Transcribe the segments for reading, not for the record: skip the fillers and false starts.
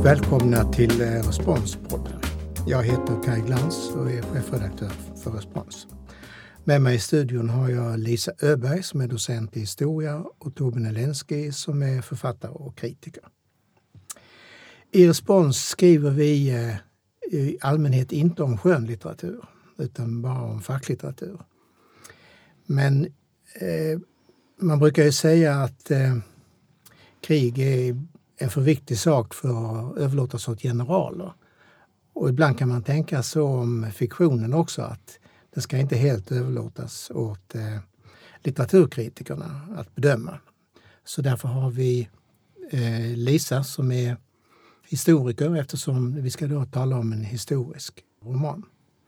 Välkomna till Responspodden. Jag heter Kaj Glans och är chefredaktör för Respons. Med mig i studion har jag Lisa Öberg som är docent i historia och Tobbe Nelenski som är författare och kritiker. I Respons skriver vi i allmänhet inte om skönlitteratur utan bara om facklitteratur. Men man brukar ju säga att krig är en för viktig sak för att överlåtas åt generaler. Och ibland kan man tänka så om fiktionen också, att det ska inte helt överlåtas åt litteraturkritikerna att bedöma. Så därför har vi Lisa som är historiker, eftersom vi ska då tala om en historisk roman.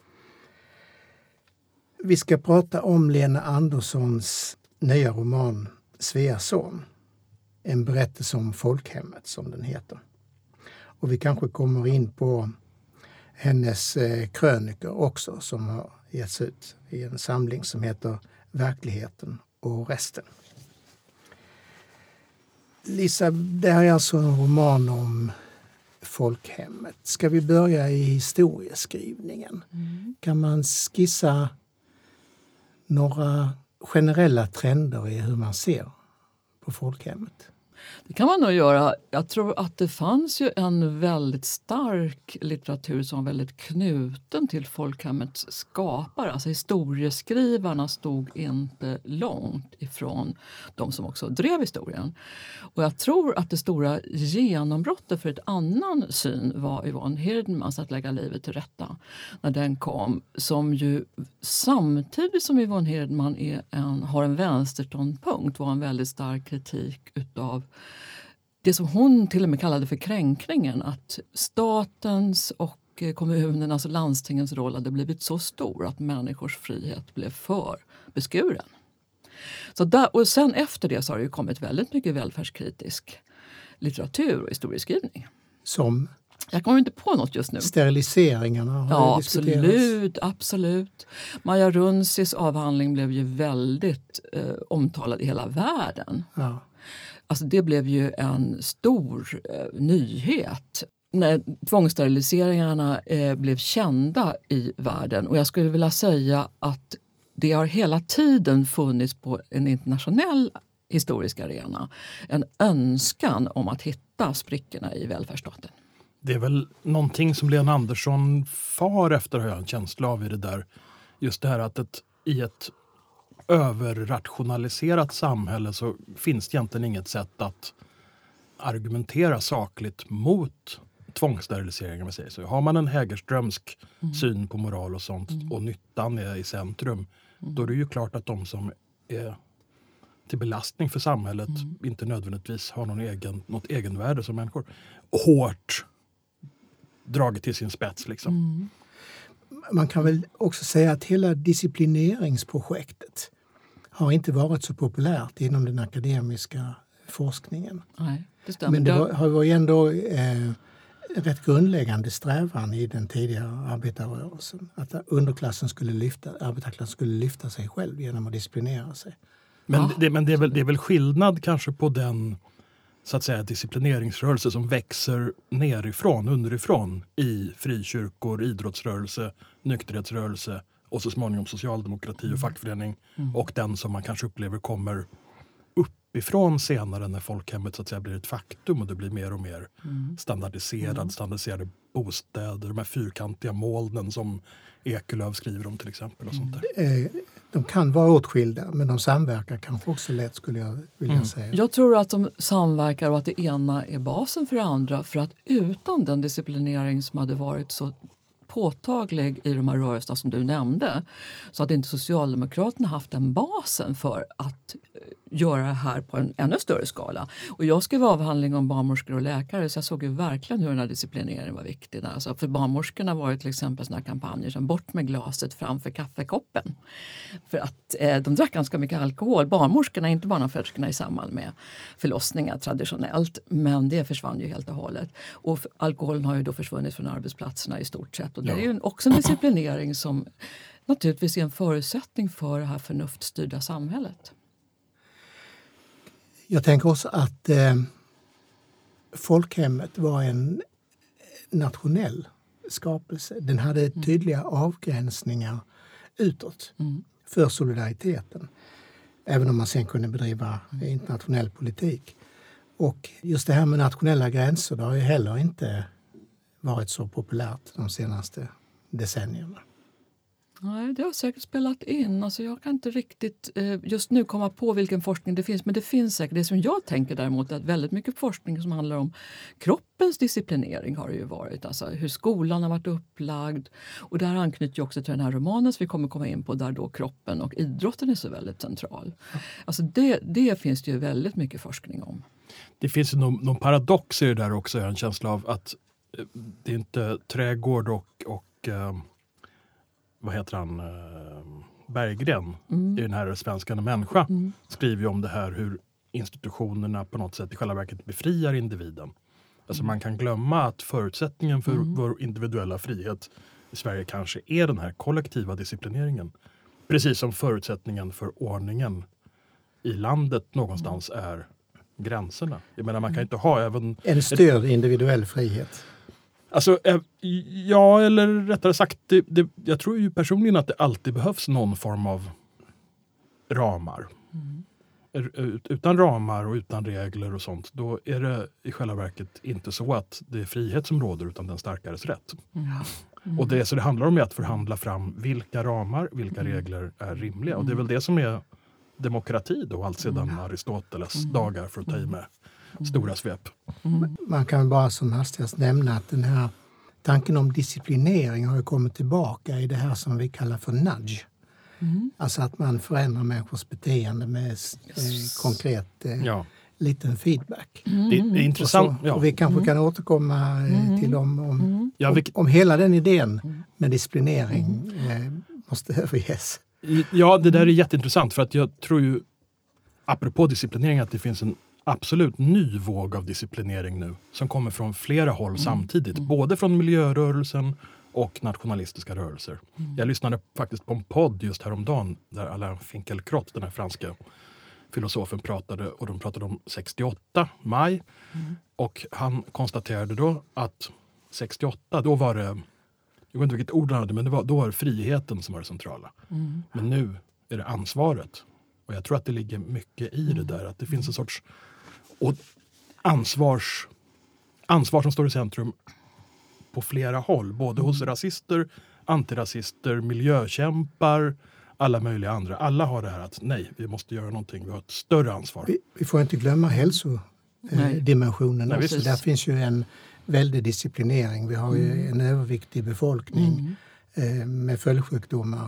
Vi ska prata om Lena Anderssons nya roman Sveas son. En berättelse om folkhemmet som den heter. Och vi kanske kommer in på hennes krönikor också som har getts ut i en samling som heter Verkligheten och resten. Lisa, det här är alltså en roman om folkhemmet. Ska vi börja i historieskrivningen? Kan man skissa några generella trender i hur man ser på folkhemmet? Det kan man nog göra. Jag tror att det fanns ju en väldigt stark litteratur som var väldigt knuten till folkhemmets skapare. Alltså historieskrivarna stod inte långt ifrån de som också drev historien. Och jag tror att det stora genombrottet för ett annan syn var Yvonne Hirdmans Att lägga livet till rätta. När den kom, som ju samtidigt som Yvonne Hirdman har en vänsterståndpunkt, var en väldigt stark kritik utav det som hon till och med kallade för kränkningen, att statens och kommunernas och landstingens roll hade blivit så stor att människors frihet blev för beskuren. Och sen efter det så har det ju kommit väldigt mycket välfärdskritisk litteratur och historieskrivning. Som? Jag kommer inte på något just nu. Steriliseringarna har diskuterats. Absolut. Maja Runzis avhandling blev ju väldigt omtalad i hela världen. Ja. Alltså det blev ju en stor nyhet när tvångssteriliseringarna blev kända i världen. Och jag skulle vilja säga att det har hela tiden funnits på en internationell historisk arena en önskan om att hitta sprickorna i välfärdsstaten. Det är väl någonting som Lena Andersson far efter, har jag en känsla av i det där. Just det här att i ett överrationaliserat samhälle så finns det egentligen inget sätt att argumentera sakligt mot tvångssteriliseringar. Man säger så. Har man en Hägerströmsk syn på moral och sånt och nyttan är i centrum, då är det ju klart att de som är till belastning för samhället inte nödvändigtvis har något egenvärde som människor. Hårt draget till sin spets liksom. Man kan väl också säga att hela disciplineringsprojektet har inte varit så populärt inom den akademiska forskningen. Nej, det stämmer. Men det har ju ändå rätt grundläggande strävan i den tidigare arbetarrörelsen. Att arbetarklassen skulle lyfta sig själv genom att disciplinera sig. Men det är väl skillnad kanske på den så att säga disciplineringsrörelse som växer nerifrån, underifrån i frikyrkor, idrottsrörelse, nykterhetsrörelse och så småningom socialdemokrati och fackförening och den som man kanske upplever kommer uppifrån senare när folkhemmet så att säga blir ett faktum och det blir mer och mer standardiserade bostäder, de här fyrkantiga molnen som Ekelöf skriver om till exempel och sånt där. De kan vara åtskilda, men de samverkar kanske också lätt, skulle jag vilja säga. Jag tror att de samverkar och att det ena är basen för det andra, för att utan den disciplinering som hade varit så påtaglig i de här rörelserna som du nämnde, så hade inte Socialdemokraterna haft den basen för att göra det här på en ännu större skala. Och jag skrev avhandling om barnmorskor och läkare, så jag såg ju verkligen hur den här disciplineringen var viktig. Alltså för barnmorskorna var det till exempel såna kampanjer som bort med glaset framför kaffekoppen. För att de drack ganska mycket alkohol. Barnmorskorna, inte barnaföderskorna i samband med förlossningar traditionellt, men det försvann ju helt och hållet. Och alkoholen har ju då försvunnit från arbetsplatserna i stort sett. Och det är ju också en disciplinering som naturligtvis är en förutsättning för det här förnuftstyrda samhället. Jag tänker också att folkhemmet var en nationell skapelse. Den hade tydliga avgränsningar utåt för solidariteten. Även om man sen kunde bedriva internationell politik. Och just det här med nationella gränser, det har ju heller inte varit så populärt de senaste decennierna. Nej, det har säkert spelat in. Alltså jag kan inte riktigt just nu komma på vilken forskning det finns. Men det finns säkert. Det som jag tänker däremot är att väldigt mycket forskning som handlar om kroppens disciplinering har det ju varit. Alltså hur skolan har varit upplagd. Och det här anknyter ju också till den här romanen som vi kommer komma in på. Där då kroppen och idrotten är så väldigt central. Alltså det finns det ju väldigt mycket forskning om. Det finns ju någon paradox i det där också. En känsla av att det är inte trädgård och vad heter han? Berggren i den här Svenskande människa skriver ju om det här hur institutionerna på något sätt i själva verket befriar individen. Alltså man kan glömma att förutsättningen för vår individuella frihet i Sverige kanske är den här kollektiva disciplineringen. Precis som förutsättningen för ordningen i landet någonstans är gränserna. Jag menar man kan inte ha även... En störd individuell frihet. Alltså, ja, eller rättare sagt, jag tror ju personligen att det alltid behövs någon form av ramar. Utan ramar och utan regler och sånt, då är det i själva verket inte så att det är frihet som råder utan den starkares rätt. Och så det handlar om att förhandla fram vilka ramar, vilka regler är rimliga. Och det är väl det som är demokrati då, allt sedan Aristoteles dagar för att ta i med stora svep. Man kan bara som hastigast nämna att den här tanken om disciplinering har ju kommit tillbaka i det här som vi kallar för nudge. Alltså att man förändrar människors beteende med konkret liten feedback. Det är intressant. Och vi kanske kan återkomma till om hela den idén med disciplinering måste överges. Ja, det där är jätteintressant för att jag tror ju apropå disciplinering att det finns en absolut ny våg av disciplinering nu som kommer från flera håll samtidigt. Både från miljörörelsen och nationalistiska rörelser. Jag lyssnade faktiskt på en podd just häromdagen där Alain Finkielkraut, den här franska filosofen, pratade och de pratade om 68, maj. Och han konstaterade då att 68, då var det, jag vet inte vilket ord han hade, men då var det friheten som var det centrala. Men nu är det ansvaret. Och jag tror att det ligger mycket i det där. Att det finns en sorts ansvar som står i centrum på flera håll. Både hos rasister, antirasister, miljökämpar, alla möjliga andra. Alla har det här att nej, vi måste göra någonting. Vi har ett större ansvar. Vi får inte glömma hälsodimensionen. Där finns ju en väldig disciplinering. Vi har ju en överviktig befolkning med följdsjukdomar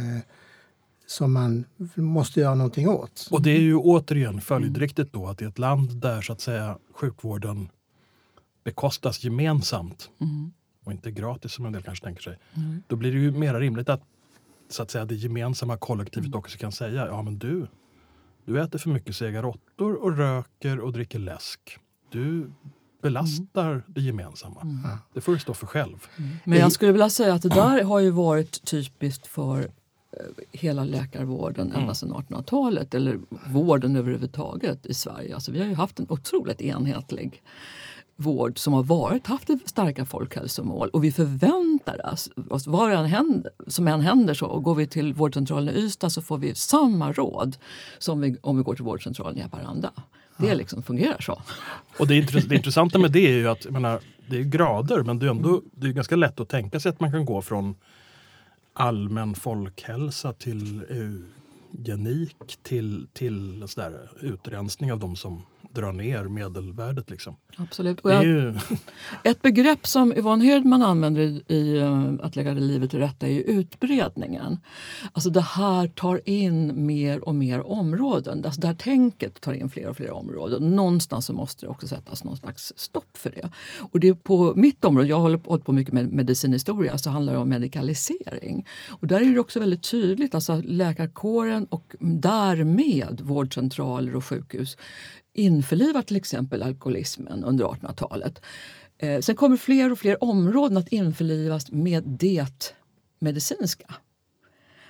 som man måste göra någonting åt. Och det är ju återigen följdriktigt då att i ett land där så att säga sjukvården bekostas gemensamt och inte gratis som en del kanske tänker sig. Då blir det ju mer rimligt att så att säga det gemensamma kollektivet också kan säga ja men du äter för mycket cigarettor och röker och dricker läsk. Du belastar det gemensamma. Det får du stå för själv. Men jag skulle vilja säga att det där har ju varit typiskt för hela läkarvården ända sedan 1800-talet eller vården överhuvudtaget i Sverige. Alltså vi har ju haft en otroligt enhetlig vård som har haft starka folkhälsomål och vi förväntar oss som än händer så och går vi till vårdcentralen i Ystad så får vi samma råd som om vi går till vårdcentralen i Haparanda. Det liksom fungerar så. Och det intressanta med det är ju att jag menar, det är grader men det är ganska lätt att tänka sig att man kan gå från allmän folkhälsa till genik till sådär, utrensning av de som drar ner medelvärdet. Liksom. Absolut. Och ett begrepp som Yvonne Hirdman använder i att lägga livet till rätta är ju utbredningen. Alltså det här tar in mer och mer områden. Alltså det här tänket tar in fler och fler områden. Någonstans så måste det också sättas någon slags stopp för det. Och det är på mitt område, jag håller på mycket med medicinhistoria, så handlar det om medikalisering. Och där är det också väldigt tydligt, alltså läkarkåren och därmed vårdcentraler och sjukhus införlivar till exempel alkoholismen under 1800-talet. Sen kommer fler och fler områden att införlivas med det medicinska.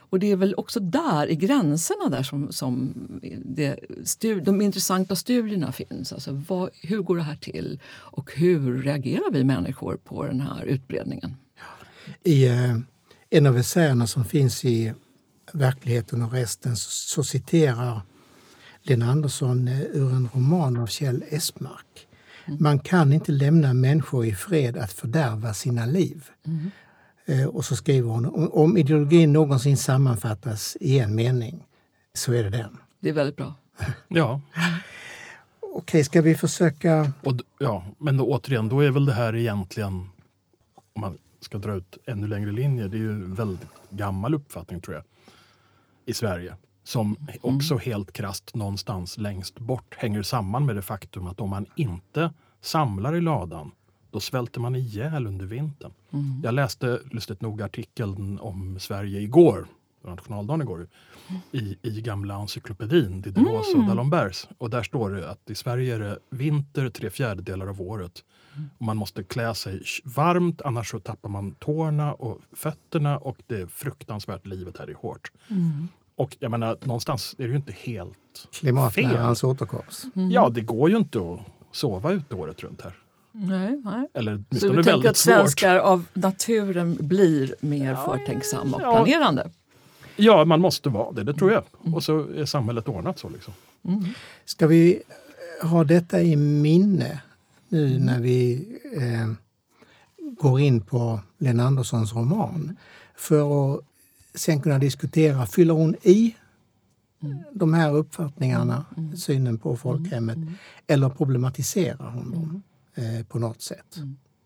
Och det är väl också där, i gränserna där som de intressanta studierna finns. Alltså hur går det här till och hur reagerar vi människor på den här utbredningen? I en av essäerna som finns i Verkligheten och resten så citerar Lena Andersson ur en roman av Kjell Esmark. Man kan inte lämna människor i fred att fördärva sina liv. Och så skriver hon, om ideologin någonsin sammanfattas i en mening så är det den. Det är väldigt bra. Ja. Okej, ska vi försöka... Men återigen, då är väl det här egentligen, om man ska dra ut ännu längre linjer, det är ju en väldigt gammal uppfattning tror jag i Sverige. Som också helt krasst någonstans längst bort hänger samman med det faktum att om man inte samlar i ladan, då svälter man ihjäl under vintern. Jag läste lustigt nog artikeln om Sverige igår, nationaldagen igår, i gamla encyklopedin Diderot och d'Alembert. Och där står det att i Sverige är det vinter 3/4 av året. Och man måste klä sig varmt, annars så tappar man tårna och fötterna och det är fruktansvärt, livet här är hårt. Och jag menar, någonstans är det ju inte helt klimatlärarens återkomst. Ja, det går ju inte att sova ut året runt här. Nej. Eller, så du tänker att svenskar av naturen blir mer förtänksamma och planerande? Ja, man måste vara det tror jag. Och så är samhället ordnat så liksom. Ska vi ha detta i minne nu när vi går in på Lena Anderssons roman? För att sen kunna diskutera, fyller hon i de här uppfattningarna, synen på folkhemmet, eller problematiserar hon dem på något sätt?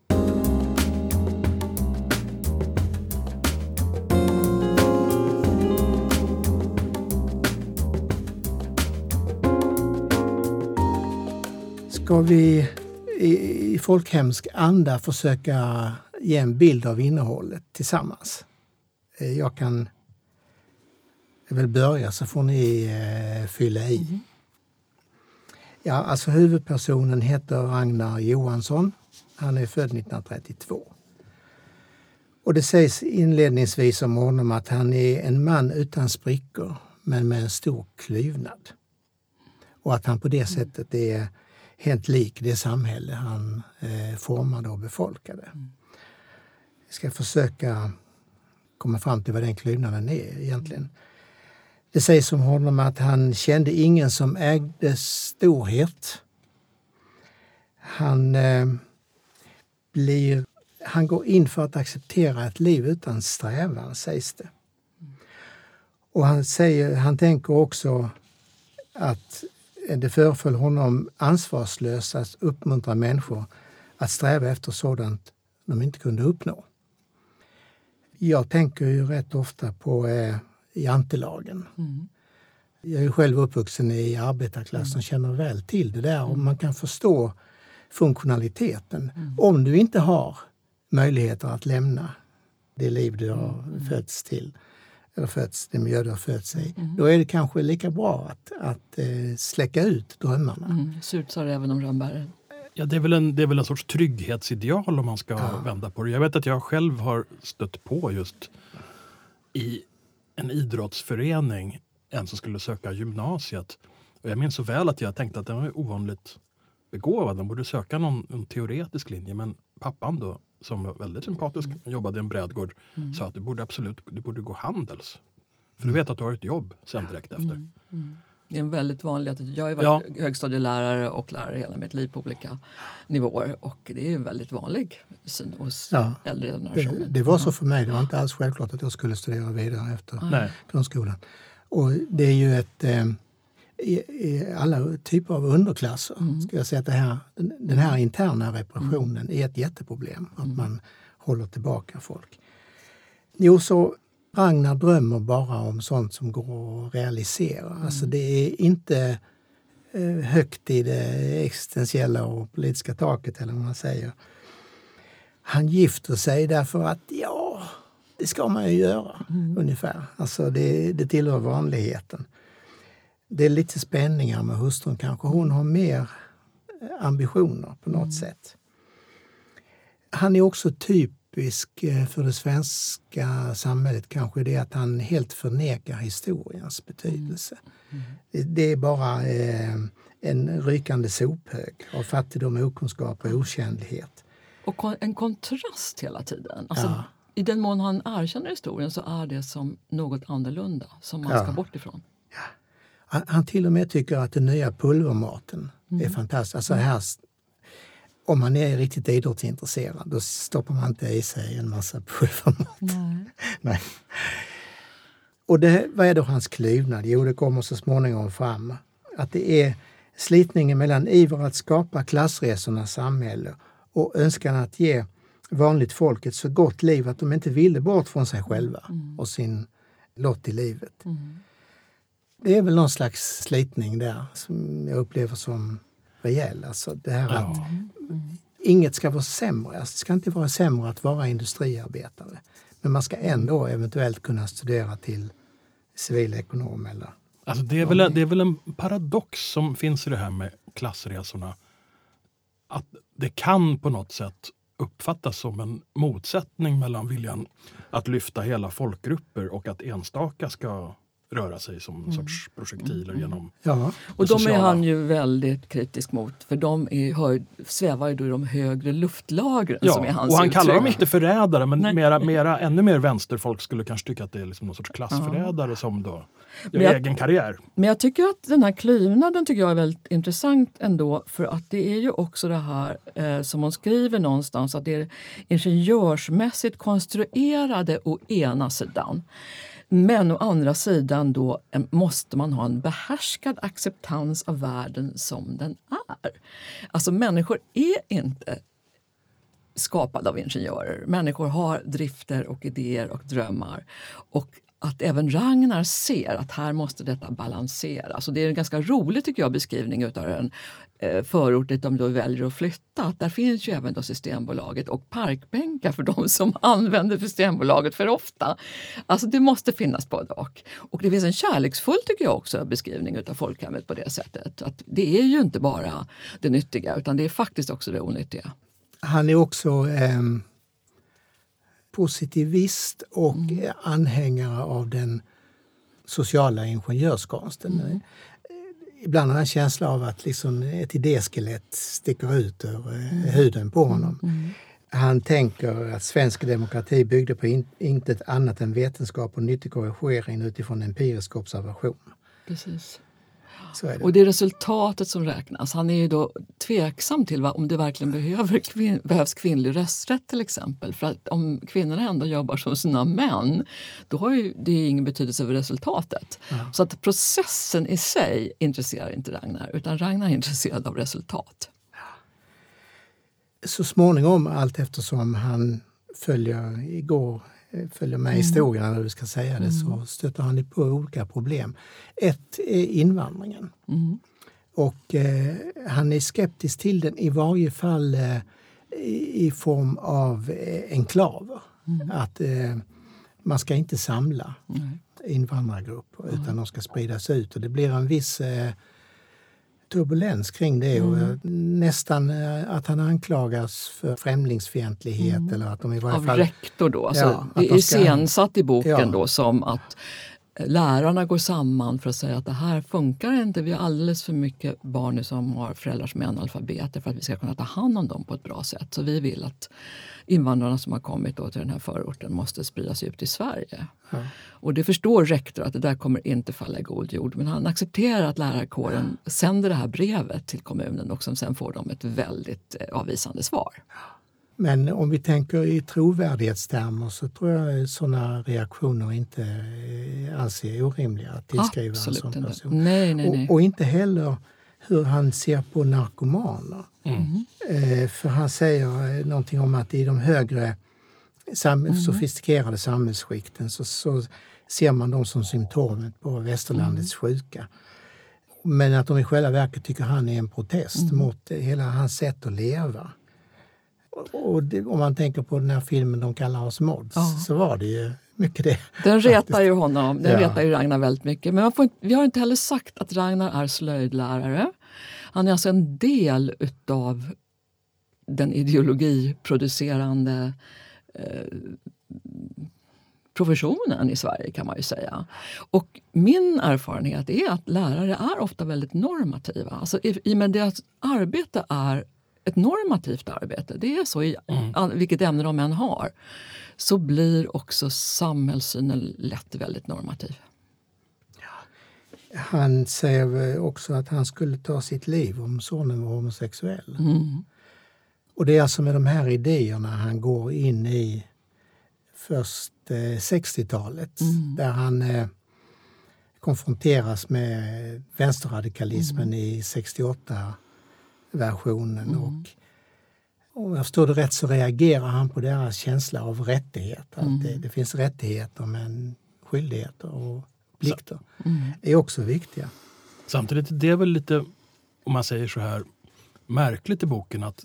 Ska vi i folkhemsk anda försöka ge en bild av innehållet tillsammans? Jag kan väl börja så får ni fylla i. Ja, alltså huvudpersonen heter Ragnar Johansson. Han är född 1932. Och det sägs inledningsvis om honom att han är en man utan sprickor men med en stor klyvnad. Och att han på det sättet är helt lik det samhälle han formade och befolkade. Jag ska försöka komma fram till vad den klyvnaden är egentligen. Det sägs om honom att han kände ingen som ägde storhet. Han går in för att acceptera ett liv utan strävan, sägs det. Och han tänker också att det föreföll honom ansvarslöst att uppmuntra människor att sträva efter sådant de inte kunde uppnå. Jag tänker ju rätt ofta på jantelagen. Jag är själv uppvuxen i arbetarklassen och känner väl till det där. Och man kan förstå funktionaliteten. Om du inte har möjligheter att lämna det liv du har fötts till, eller det miljö du har fötts i, då är det kanske lika bra att släcka ut drömmarna. Surt sa det även om rönnbären. Ja, det är väl en sorts trygghetsideal om man ska vända på det. Jag vet att jag själv har stött på just i en idrottsförening en som skulle söka gymnasiet. Och jag minns så väl att jag tänkte att den var ovanligt begåvad. De borde söka någon teoretisk linje. Men pappan då, som var väldigt sympatisk, jobbade i en brädgård, sa att du borde gå handels. För du vet att du har ett jobb sen direkt efter. Det är en väldigt vanlig att jag har varit högstadielärare och lärare hela mitt liv på olika nivåer. Och det är en väldigt vanlig syn hos äldre generationer. Det var så för mig. Det var inte alls självklart att jag skulle studera vidare efter grundskolan. Och det är ju i alla typer av underklasser ska jag säga att den här interna repressionen är ett jätteproblem. Att man håller tillbaka folk. Jo, så Ragnar drömmer bara om sånt som går att realisera. Alltså det är inte högt i det existentiella och politiska taket eller vad man säger. Han gifter sig därför att det ska man ju göra ungefär. Alltså det tillhör vanligheten. Det är lite spänningar med hustrun kanske. Hon har mer ambitioner på något sätt. Han är också typ typisk för det svenska samhället kanske det är att han helt förnekar historiens betydelse. Det är bara en rykande sophög av fattigdom, okunskap och okännlighet. Och en kontrast hela tiden. Alltså, i den mån han erkänner historien så är det som något annorlunda som man ska bort ifrån. Ja. Han till och med tycker att den nya pulvermaten är fantastisk. Alltså här, om man är riktigt idrottsintresserad då stoppar man inte i sig en massa pulvermat. Nej. Och vad är då hans klyvnad? Jo, det kommer så småningom fram att det är slitningen mellan iver att skapa klassresornas samhälle och önskan att ge vanligt folk ett så gott liv att de inte ville bort från sig själva och sin lott i livet. Det är väl någon slags slitning där som jag upplever som rejäl. Alltså det här att inget ska vara sämre. Alltså det ska inte vara sämre att vara industriarbetare. Men man ska ändå eventuellt kunna studera till civilekonom eller... Alltså det är väl en paradox som finns i det här med klassresorna. Att det kan på något sätt uppfattas som en motsättning mellan viljan att lyfta hela folkgrupper och att enstaka ska röra sig som en sorts projektiler genom... Ja. Och de är han ju väldigt kritisk mot, för de svävar ju då i de högre luftlagren som är hans och han uttryck. kallar dem inte förrädare, men ännu mer vänsterfolk skulle kanske tycka att det är liksom någon sorts klassförrädare som då gör egen karriär. Men jag tycker att den här klyvnaden tycker jag är väldigt intressant ändå, för att det är ju också det här som hon skriver någonstans, att det är ingenjörsmässigt konstruerade å ena sidan. Men å andra sidan då måste man ha en behärskad acceptans av världen som den är. Alltså människor är inte skapade av ingenjörer. Människor har drifter och idéer och drömmar. Och att även Ragnar ser att här måste detta balanseras. Och det är en ganska rolig tycker jag beskrivning utav en förort dit de då väljer att flytta. Att där finns ju även då Systembolaget och parkbänkar för de som använder Systembolaget för ofta. Alltså det måste finnas både och. Och det finns en kärleksfull tycker jag också beskrivning utav folkhemmet på det sättet. Att det är ju inte bara det nyttiga utan det är faktiskt också det onyttiga. Han är också positivist och anhängare av den sociala ingenjörskonsten. Ibland har jag en känsla av att liksom ett idéskelett sticker ut ur huden på honom. Han tänker att svensk demokrati byggde på intet annat än vetenskap och nyttig korrigering utifrån empirisk observation. Precis. Så är det. Och det är resultatet som räknas. Han är ju då tveksam till om det verkligen behövs kvinnlig rösträtt till exempel. För att om kvinnorna ändå jobbar som sina män, då har ju det ingen betydelse för resultatet. Ja. Så att processen i sig intresserar inte Ragnar, utan Ragnar är intresserad av resultat. Så småningom, allt eftersom han följer med historien, eller du ska säga det, så stöter han på olika problem. Ett är invandringen. Och han är skeptisk till den, i varje fall i form av enklaver. Att man ska inte samla invandrargrupper, utan de ska spridas ut. Och det blir en viss turbulens kring det och nästan att han anklagas för främlingsfientlighet eller att de i varje fall... Av rektor då. Alltså, det är iscensatt i boken då som att lärarna går samman för att säga att det här funkar inte. Vi har alldeles för mycket barn som har föräldrar som är analfabeter för att vi ska kunna ta hand om dem på ett bra sätt. Så vi vill att invandrarna som har kommit då till den här förorten måste spridas ut i Sverige. Ja. Och det förstår rektor att det där kommer inte falla i god jord. Men han accepterar att lärarkåren sänder det här brevet till kommunen och som sen får de ett väldigt avvisande svar. Men om vi tänker i trovärdighetstermer så tror jag sådana reaktioner inte alls är orimliga att tillskriva en sån person. Nej. Och inte heller hur han ser på narkomaner. För han säger någonting om att i de högre sofistikerade samhällsskikten så ser man dem som symptomet på västerlandets sjuka. Men att de i själva verket tycker han är en protest mot hela hans sätt att leva. Och om man tänker på den här filmen de kallar oss mods så var det ju mycket det. Den retar ju honom, retar ju Ragnar väldigt mycket. Men vi har inte heller sagt att Ragnar är slöjdlärare. Han är alltså en del utav den ideologiproducerande professionen i Sverige, kan man ju säga. Och min erfarenhet är att lärare är ofta väldigt normativa. Alltså, i och med deras arbete är ett normativt arbete, det är så i vilket ämne de än har, så blir också samhällssynen lätt väldigt normativ. Han säger också att han skulle ta sitt liv om sonen var homosexuell. Och det är alltså med de här idéerna han går in i först 60-talet. Där han konfronteras med vänsterradikalismen i 68-versionen. Och om jag förstår det rätt så reagerar han på deras känsla av rättighet. Att det finns rättigheter men skyldigheter och plikter är också viktiga. Samtidigt det är väl lite, om man säger så här, märkligt i boken att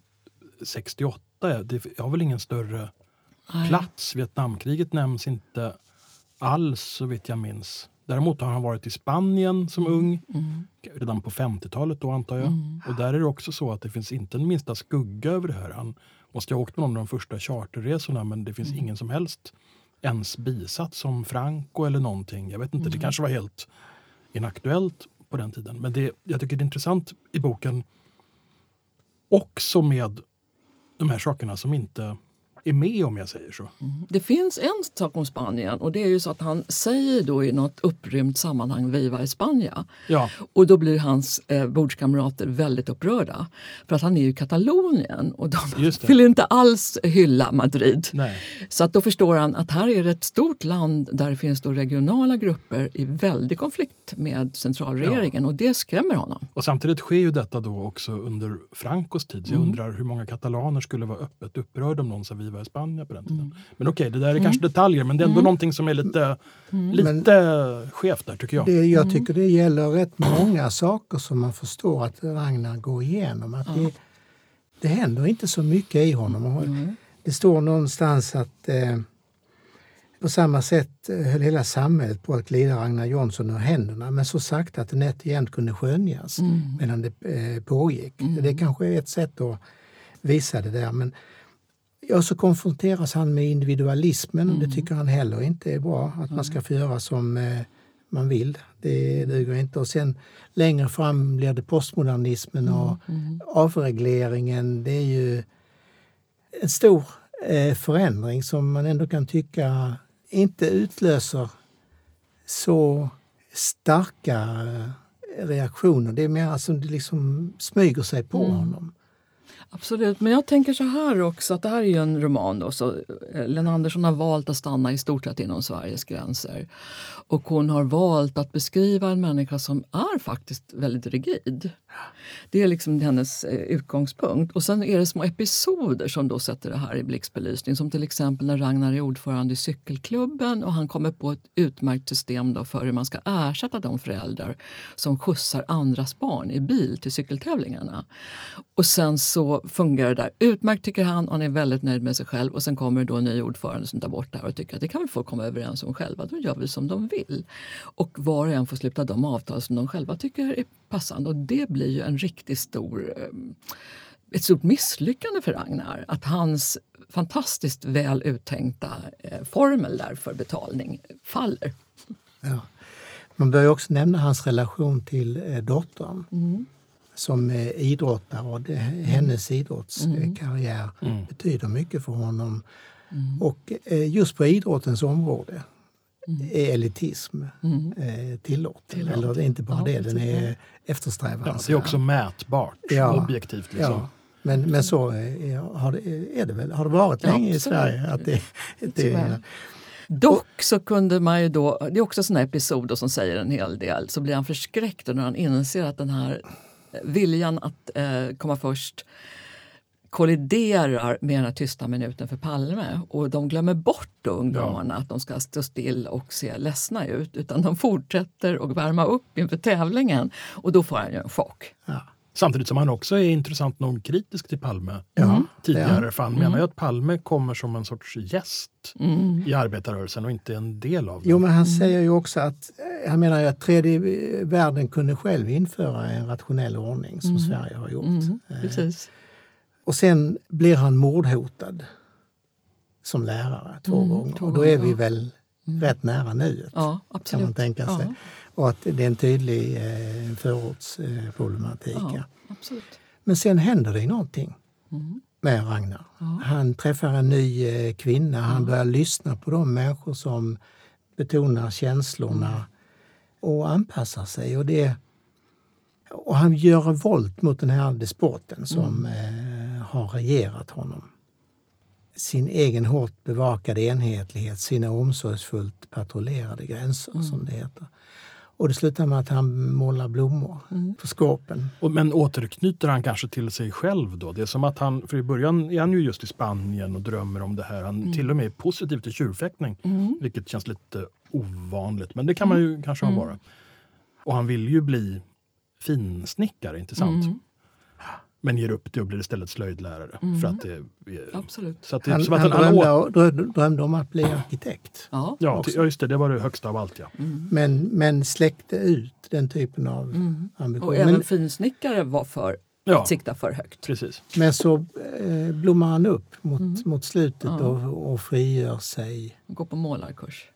68, det har väl ingen större plats. Vietnamkriget nämns inte alls så vitt jag minns. Däremot har han varit i Spanien som ung, redan på 50-talet då antar jag. Och där är det också så att det finns inte en minsta skugga över det här. Han måste ha åkt med någon av de första charterresorna, men det finns ingen som helst ens bisatt som Franco eller någonting. Jag vet inte, det kanske var helt inaktuellt på den tiden. Men jag tycker det är intressant i boken också med de här sakerna som inte är med, om jag säger så. Det finns en sak om Spanien, och det är ju så att han säger då i något upprymt sammanhang Viva España. Ja. Och då blir hans bordskamrater väldigt upprörda. För att han är ju i Katalonien och de vill inte alls hylla Madrid. Nej. Så att då förstår han att här är det ett stort land där det finns då regionala grupper i väldig konflikt med centralregeringen, och det skrämmer honom. Och samtidigt sker ju detta då också under Francos tid. Så jag undrar hur många katalaner skulle vara öppet upprörda om någon sa Viva España på den tiden. Men okej, det där är kanske detaljer, men det är ändå någonting som är lite skevt där, tycker jag. Jag tycker det gäller rätt många saker som man förstår att Ragnar går igenom. Att det händer inte så mycket i honom. Det står någonstans att på samma sätt höll hela samhället på att glida Ragnar Jonsson ur händerna, men så sagt att det nätt igen kunde skönjas medan det pågick. Det kanske är ett sätt att visa det där, men så konfronteras han med individualismen, och det tycker han heller inte är bra. Att man ska få göra som man vill. Det duger inte. Och sen längre fram blir det postmodernismen och avregleringen. Det är ju en stor förändring som man ändå kan tycka inte utlöser så starka reaktioner. Det är mer som det liksom smyger sig på honom. Absolut, men jag tänker så här också, att det här är ju en roman då, så Lena Andersson har valt att stanna i stort sett inom Sveriges gränser. Och hon har valt att beskriva en människa som är faktiskt väldigt rigid. Det är liksom hennes utgångspunkt. Och sen är det små episoder som då sätter det här i blixtbelysning. Som till exempel när Ragnar är ordförande i cykelklubben och han kommer på ett utmärkt system då för hur man ska ersätta de föräldrar som skjutsar andras barn i bil till cykeltävlingarna. Och sen så fungerar det där utmärkt, tycker han, och han är väldigt nöjd med sig själv. Och sen kommer det då en ny ordförande som tar bort det här och tycker att det kan väl folk komma överens om själva. Då gör vi som de vill. Och var och en får sluta de avtal som de själva tycker är passande. Och det blir ju en riktigt ett stort misslyckande för Ragnar. Att hans fantastiskt väl uttänkta formel där för betalning faller. Ja. Man bör ju också nämna hans relation till dottern. Som idrottare, och hennes idrottskarriär betyder mycket för honom. Och just på idrottens område är elitism tillåten. Eller det är inte bara det, den är eftersträvansvärd. Det är också mätbart, objektivt. Liksom. Ja. Men så har det varit länge i Sverige. Att det Dock så kunde man ju då, det är också sådana episoder som säger en hel del, så blir han förskräckt när han inser att den här viljan att komma först kolliderar med den här tysta minuten för Palme. Och de glömmer bort då ungdomarna att de ska stå still och se ledsna ut. Utan de fortsätter och värma upp inför tävlingen. Och då får han ju en chock. Ja. Samtidigt som han också är intressant nog kritisk till Palme tidigare. För han menar ju att Palme kommer som en sorts gäst i arbetarrörelsen och inte en del av det. Jo, men han säger ju också att han menar ju att tredje världen kunde själv införa en rationell ordning som Sverige har gjort. Precis. Och sen blir han mordhotad. som lärare 2 gånger. Och då är vi väl rätt nära nuet, Ja, absolut. kan man tänka sig. Ja. Och att det är en tydlig förortsproblematik. Ja, absolut. Men sen händer det någonting med Ragnar. Ja. Han träffar en ny kvinna. Han börjar lyssna på de människor som betonar känslorna och anpassar sig. Och han gör revolt mot den här despoten som har regerat honom. Sin egen hårt bevakade enhetlighet, sina omsorgsfullt patrullerade gränser som det heter. Och det slutar med att han målar blommor på skåpen. Men återknyter han kanske till sig själv då? Det är som att han, för i början är han ju just i Spanien och drömmer om det här. Han till och med är positiv till tjurfäktning, vilket känns lite ovanligt. Men det kan man ju kanske vara. Och han vill ju bli finsnickare, inte sant? Men ger upp det och blir istället slöjdlärare. För att det är, Absolut. så att det, Han, som att han drömde om att bli arkitekt. ja, just det var det högsta av allt. Ja. Men släckte ut den typen av ambition. Och även finsnickare var för att sikta för högt. Precis. Men så blommar han upp mot slutet och frigör sig. Gå på målarkurs.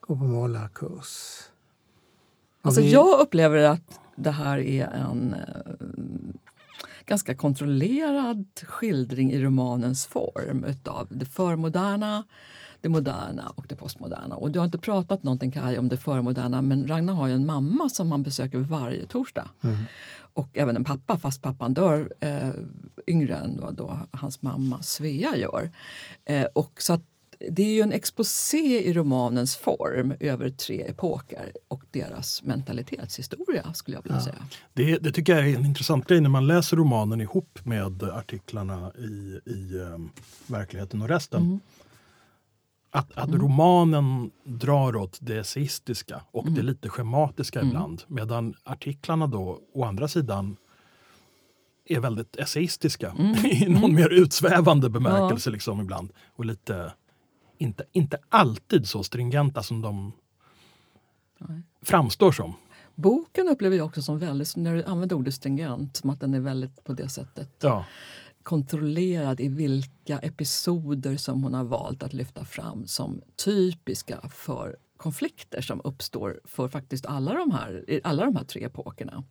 Alltså jag upplever att det här är en ganska kontrollerad skildring i romanens form utav det förmoderna, det moderna och det postmoderna. Och du har inte pratat någonting, Kaj, om det förmoderna, men Ragnar har ju en mamma som han besöker varje torsdag. Och även en pappa, fast pappan dör yngre än då hans mamma Svea gör. Och så att det är ju en exposé i romanens form över 3 epoker och deras mentalitetshistoria, skulle jag vilja säga. Det tycker jag är en intressant grej när man läser romanen ihop med artiklarna i Verkligheten och resten. Att romanen drar åt det essaistiska och det lite schematiska ibland. Medan artiklarna då å andra sidan är väldigt essaistiska i någon mer utsvävande bemärkelse liksom ibland. Och lite inte alltid så stringenta som de framstår som. Boken upplever jag också som väldigt, när du använder ordet stringent, som att den är väldigt på det sättet kontrollerad i vilka episoder som hon har valt att lyfta fram som typiska för konflikter som uppstår för faktiskt alla de här 3 epokerna.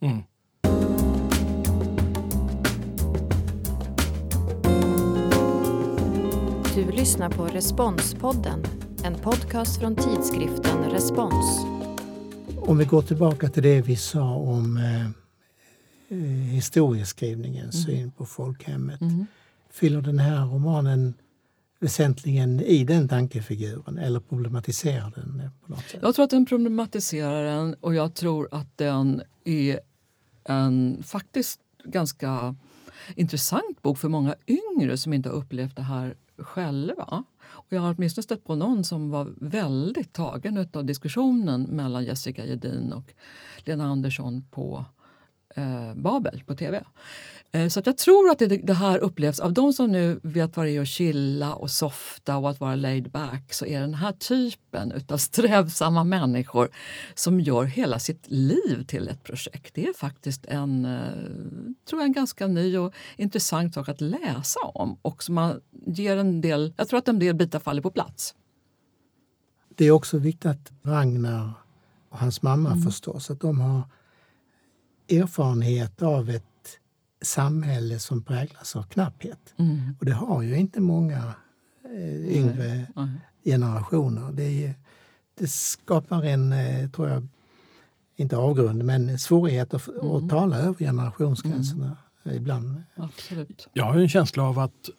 Du lyssnar på Responspodden, en podcast från tidskriften Respons. Om vi går tillbaka till det vi sa om historieskrivningens syn på folkhemmet. Fyller den här romanen väsentligen i den tankefiguren eller problematiserar den på något sätt? Jag tror att den problematiserar den, och jag tror att den är en faktiskt ganska intressant bok för många yngre som inte har upplevt det här själva. Och jag har åtminstone stött på någon som var väldigt tagen av diskussionen mellan Jessica Gedin och Lena Andersson på Babel på tv. Så att jag tror att det här upplevs av de som nu vet vad det är att chilla och softa och att vara laid back, så är den här typen utav strävsamma människor som gör hela sitt liv till ett projekt. Det är faktiskt tror jag, en ganska ny och intressant sak att läsa om, och som man ger jag tror att en del bitar faller på plats. Det är också viktigt att Ragnar och hans mamma förstås, att de har erfarenhet av ett samhälle som präglas av knapphet. Och det har ju inte många yngre generationer. Det skapar en, tror jag, inte avgrund, men svårighet att tala över generationsgränserna ibland. Absolut. Jag har en känsla av att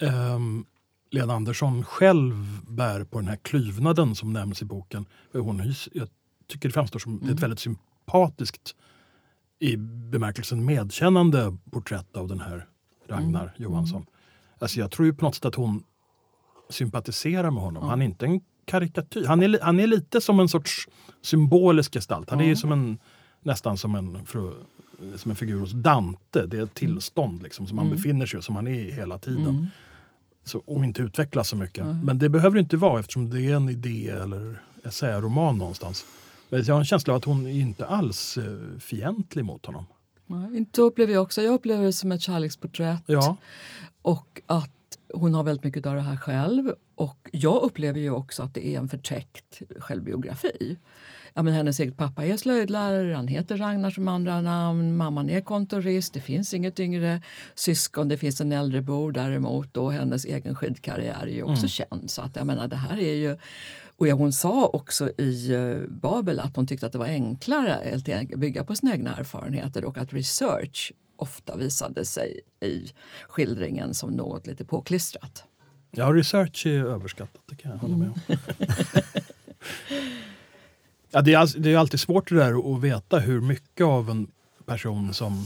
Lena Andersson själv bär på den här klyvnaden som nämns i boken. Jag tycker det framstår som ett väldigt sympatiskt, i bemärkelsen medkännande porträtt av den här Ragnar Johansson. Alltså jag tror ju på något sätt att hon sympatiserar med honom. Han är inte en karikatyr. Han är lite som en sorts symbolisk gestalt. Han är ju nästan som en figur hos Dante. Det är ett tillstånd liksom, som han befinner sig i, som han är i hela tiden. Så, om inte utvecklas så mycket. Men det behöver inte vara, eftersom det är en idé eller essäroman någonstans. Jag har en känsla av att hon är inte alls fientlig mot honom. Nej, inte upplever jag också. Jag upplever det som ett kärleksporträtt. Ja. Och att hon har väldigt mycket av det här själv. Och jag upplever ju också att det är en förtäckt självbiografi. Ja, men hennes eget pappa är slöjdlärare, han heter Ragnar som andra namn, mamman är kontorist, det finns inget yngre syskon, det finns en äldre bror däremot och hennes egen skidkarriär är ju också känd. Så att jag menar det här är ju, och hon sa också i Babel att hon tyckte att det var enklare att bygga på sina egna erfarenheter och att research ofta visade sig i skildringen som något lite påklistrat. Ja, research är överskattat, det kan jag hålla med om. Ja, det är alltid svårt det där att veta hur mycket av en person som...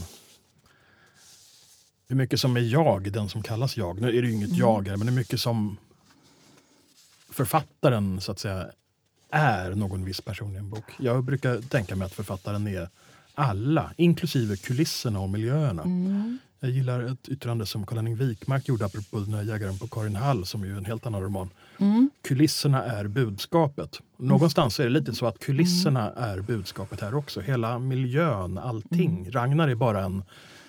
Hur mycket som är jag, den som kallas jag. Nu är det ju inget jag här, men det är mycket som författaren så att säga är någon viss person i en bok. Jag brukar tänka mig att författaren är alla, inklusive kulisserna och miljöerna. Jag gillar ett yttrande som Karl-Henning Wikmark gjorde apropå Den här jägaren på Karin Hall som är ju en helt annan roman. Kulisserna är budskapet. Någonstans är det lite så att kulisserna är budskapet här också. Hela miljön, allting. Ragnar är bara en...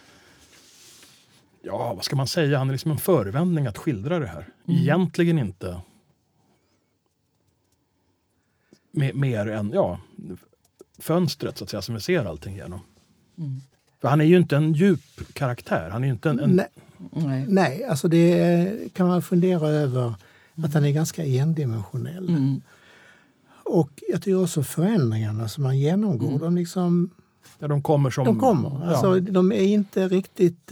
Ja, vad ska man säga? Han är liksom en förevändning att skildra det här. Egentligen inte mer än fönstret så att säga som vi ser allting genom. För han är ju inte en djup karaktär. Han är ju inte en... Nej, alltså det kan man fundera över att han är ganska endimensionell. Och jag tycker också förändringarna som man genomgår, de liksom... Ja, de kommer som... De kommer. Alltså, de är inte riktigt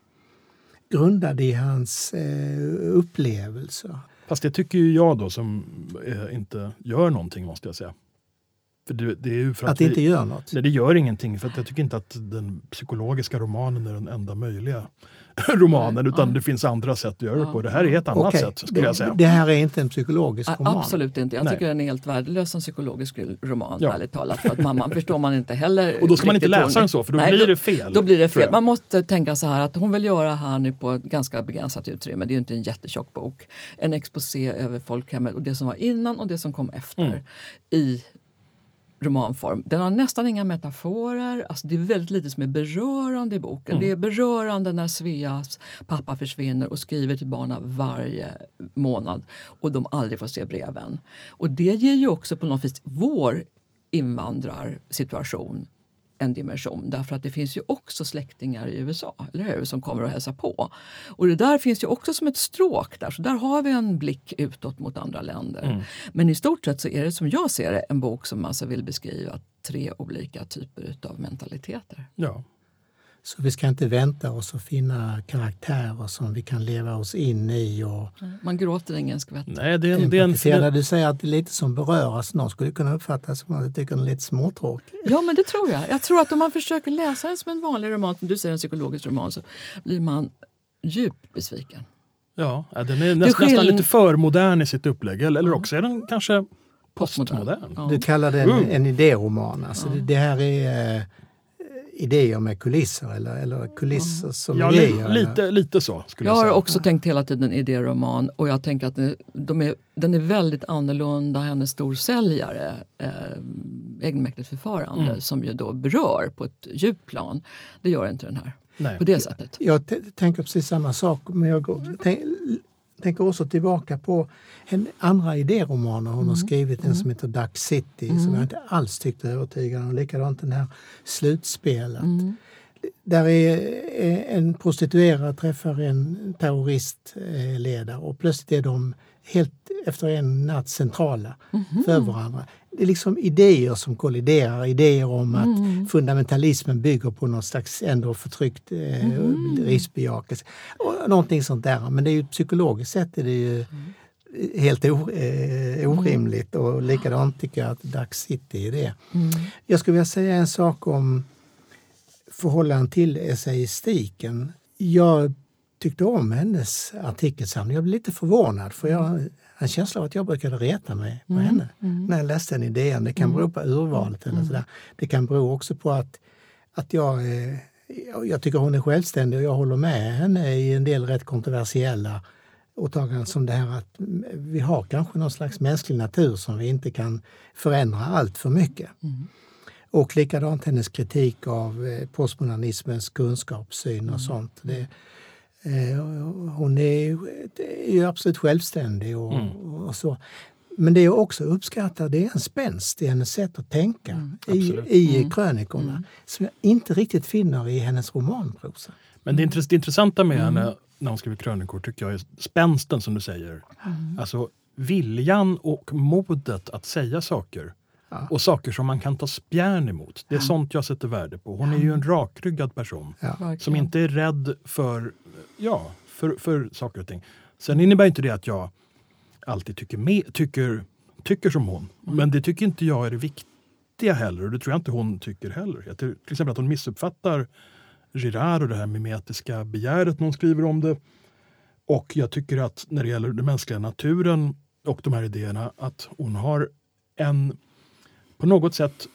grundade i hans upplevelser. Fast det tycker ju jag då som inte gör någonting, måste jag säga. För det är ju för att det inte gör något? Nej, det gör ingenting. För att jag tycker inte att den psykologiska romanen är den enda möjliga romanen. Utan det finns andra sätt att göra det på. Det här är ett annat sätt, skulle jag säga. Det här är inte en psykologisk roman? Absolut inte. Jag tycker den är helt värdelös som psykologisk roman, ärligt talat. För att mamman förstår man inte heller. Och då ska man inte läsa den så, för då blir det fel. Då blir det fel. Man måste tänka så här att hon vill göra här nu på ett ganska begränsat utrymme. Det är ju inte en jättetjock bok. En exposé över folkhemmet och det som var innan och det som kom efter i romanform. Den har nästan inga metaforer. Alltså det är väldigt lite som är berörande i boken. Det är berörande när Sveas pappa försvinner och skriver till barnen varje månad och de aldrig får se breven. Och det ger ju också på något vis vår invandrarsituation en dimension. Därför att det finns ju också släktingar i USA, eller hur, som kommer att hälsa på. Och det där finns ju också som ett stråk där. Så där har vi en blick utåt mot andra länder. Men i stort sett så är det, som jag ser det, en bok som alltså vill beskriva 3 olika typer av mentaliteter. Ja. Så vi ska inte vänta oss att finna karaktärer som vi kan leva oss in i. Och man gråter ingen skvätt. Nej, det är en... Du säger att det är lite som beröras. Någon skulle kunna uppfatta som att jag tycker den är lite småtråkig. Ja, men det tror jag. Jag tror att om man försöker läsa den som en vanlig roman, som du säger en psykologisk roman, så blir man djupt besviken. Ja, den är nästan lite för modern i sitt upplägg. Eller också är den kanske postmodern. Ja. Du kallar det en idéroman. Alltså det här är... idéer med kulisser eller kulisser som idéer? Lite så skulle jag säga. Jag har också tänkt hela tiden idéroman och jag tänker att den är väldigt annorlunda. Hennes storsäljare, egenmäktigt förfarande som ju då berör på ett djupt plan. Det gör inte den här. Nej. På det sättet. Jag tänker precis samma sak, men jag tänker också tillbaka på en andra idéromaner hon har skrivit, en som heter Duck City som jag inte alls tyckte övertygande, och likadant den här Slutspelet. Där är en prostituerad träffar en terroristledare och plötsligt är de helt efter en natt centrala för varandra. Det är liksom idéer som kolliderar, idéer om att fundamentalismen bygger på något slags ändå förtryckt riskbejakelse. Och någonting sånt där. Men det är ju psykologiskt sett är det ju helt orimligt, och likadant tycker jag att Duck City är det. Jag skulle vilja säga en sak om förhållande till essayistiken. Jag tyckte om hennes artikelsamling. Jag blev lite förvånad, för jag har en känsla av att jag brukade reta mig på henne när jag läste en idé. Det kan bero på urvalet eller sådär. Det kan bero också på att jag tycker hon är självständig och jag håller med henne i en del rätt kontroversiella åtaganden, som det här att vi har kanske någon slags mänsklig natur som vi inte kan förändra allt för mycket. Och likadant hennes kritik av postmodernismens kunskapssyn och sånt. Hon är ju absolut självständig och så. Men det jag också uppskattar, det är en spänst i hennes sätt att tänka i krönikorna som jag inte riktigt finner i hennes romanprosa. Men det intressanta med henne när hon skriver krönikor tycker jag är spänsten som du säger. Alltså viljan och modet att säga saker. Ja. Och saker som man kan ta spjärn emot. Det är sånt jag sätter värde på. Hon är ju en rakryggad person. Som inte är rädd för saker och ting. Sen innebär inte det att jag alltid tycker som hon. Men det tycker inte jag är det viktiga heller. Och det tror jag inte hon tycker heller. Jag tror, till exempel att hon missuppfattar Girard och det här mimetiska begäret när hon skriver om det. Och jag tycker att när det gäller den mänskliga naturen och de här idéerna att hon har en på något sätt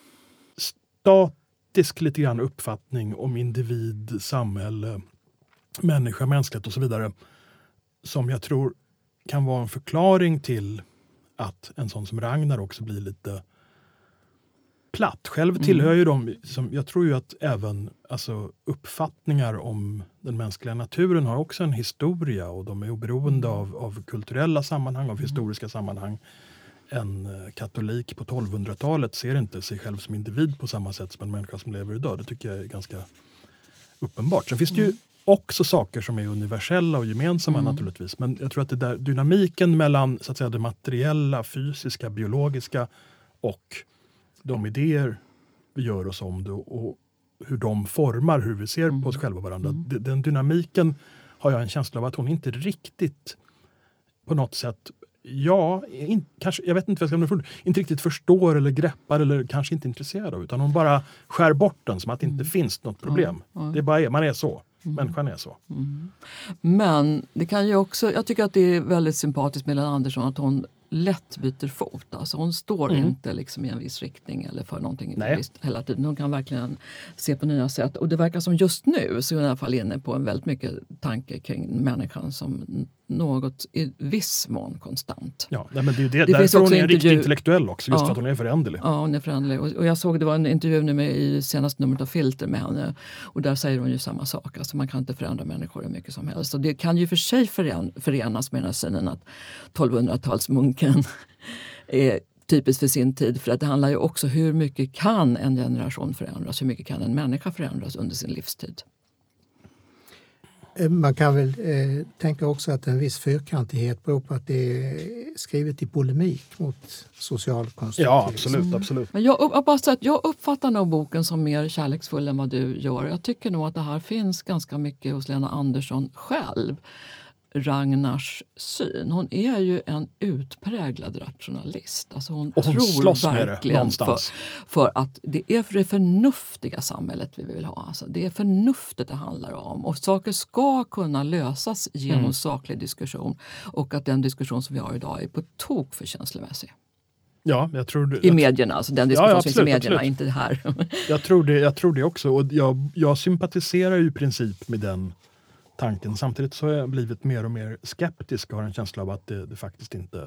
statisk lite grann uppfattning om individ, samhälle, människa, mänsklighet och så vidare som jag tror kan vara en förklaring till att en sån som Ragnar också blir lite platt. Själv tillhör ju de som, jag tror ju att även uppfattningar om den mänskliga naturen har också en historia och de är oberoende av kulturella sammanhang, av historiska sammanhang. En katolik på 1200-talet ser inte sig själv som individ på samma sätt som en människa som lever idag. Det tycker jag är ganska uppenbart. Sen finns det ju också saker som är universella och gemensamma naturligtvis. Men jag tror att det där dynamiken mellan så att säga, det materiella, fysiska, biologiska och de idéer vi gör oss om det och hur de formar hur vi ser på oss själva och varandra. Den dynamiken har jag en känsla av att hon inte riktigt på något sätt kanske, jag vet inte vad jag ska säga, inte riktigt förstår eller greppar eller kanske inte är intresserad av, utan hon bara skär bort den som att det inte finns något problem. Det är bara man är så. Människan är så. Men det kan ju också, jag tycker att det är väldigt sympatiskt med Lena Andersson att hon lätt byter fot. Alltså hon står inte liksom i en viss riktning eller för någonting visst hela tiden. Hon kan verkligen se på nya sätt. Och det verkar som just nu så är hon i alla fall inne på en väldigt mycket tanke kring människan som något i viss mån konstant. Ja, men det är ju det. Därför hon är en riktigt intellektuell också, just för att hon är föränderlig. Ja, hon är föränderlig. Och jag såg, det var en intervju nu i senaste numret av Filter med henne. Och där säger hon ju samma sak. Alltså man kan inte förändra människor hur mycket som helst. Och det kan ju för sig förenas med den här synen att 1200-talsmunken är typiskt för sin tid. För att det handlar ju också hur mycket kan en generation förändras? Hur mycket kan en människa förändras under sin livstid? Man kan väl tänka också att en viss fyrkantighet beror på att det är skrivet i polemik mot socialkonstruktivism. Ja, absolut. Men jag uppfattar nog boken som mer kärleksfull än vad du gör. Jag tycker nog att det här finns ganska mycket hos Lena Andersson själv. Ragnars syn. Hon är ju en utpräglad rationalist. Alltså hon tror verkligen för att det är för det förnuftiga samhället vi vill ha. Alltså det är förnuftet det handlar om. Och saker ska kunna lösas genom saklig diskussion. Och att den diskussion som vi har idag är på tok för känslomässig. Ja, jag tror det. I medierna, alltså den diskussion som finns i medierna, inte det här. Jag tror det också. Och jag sympatiserar ju i princip med den tanken. Samtidigt så har jag blivit mer och mer skeptisk och har en känsla av att det faktiskt inte...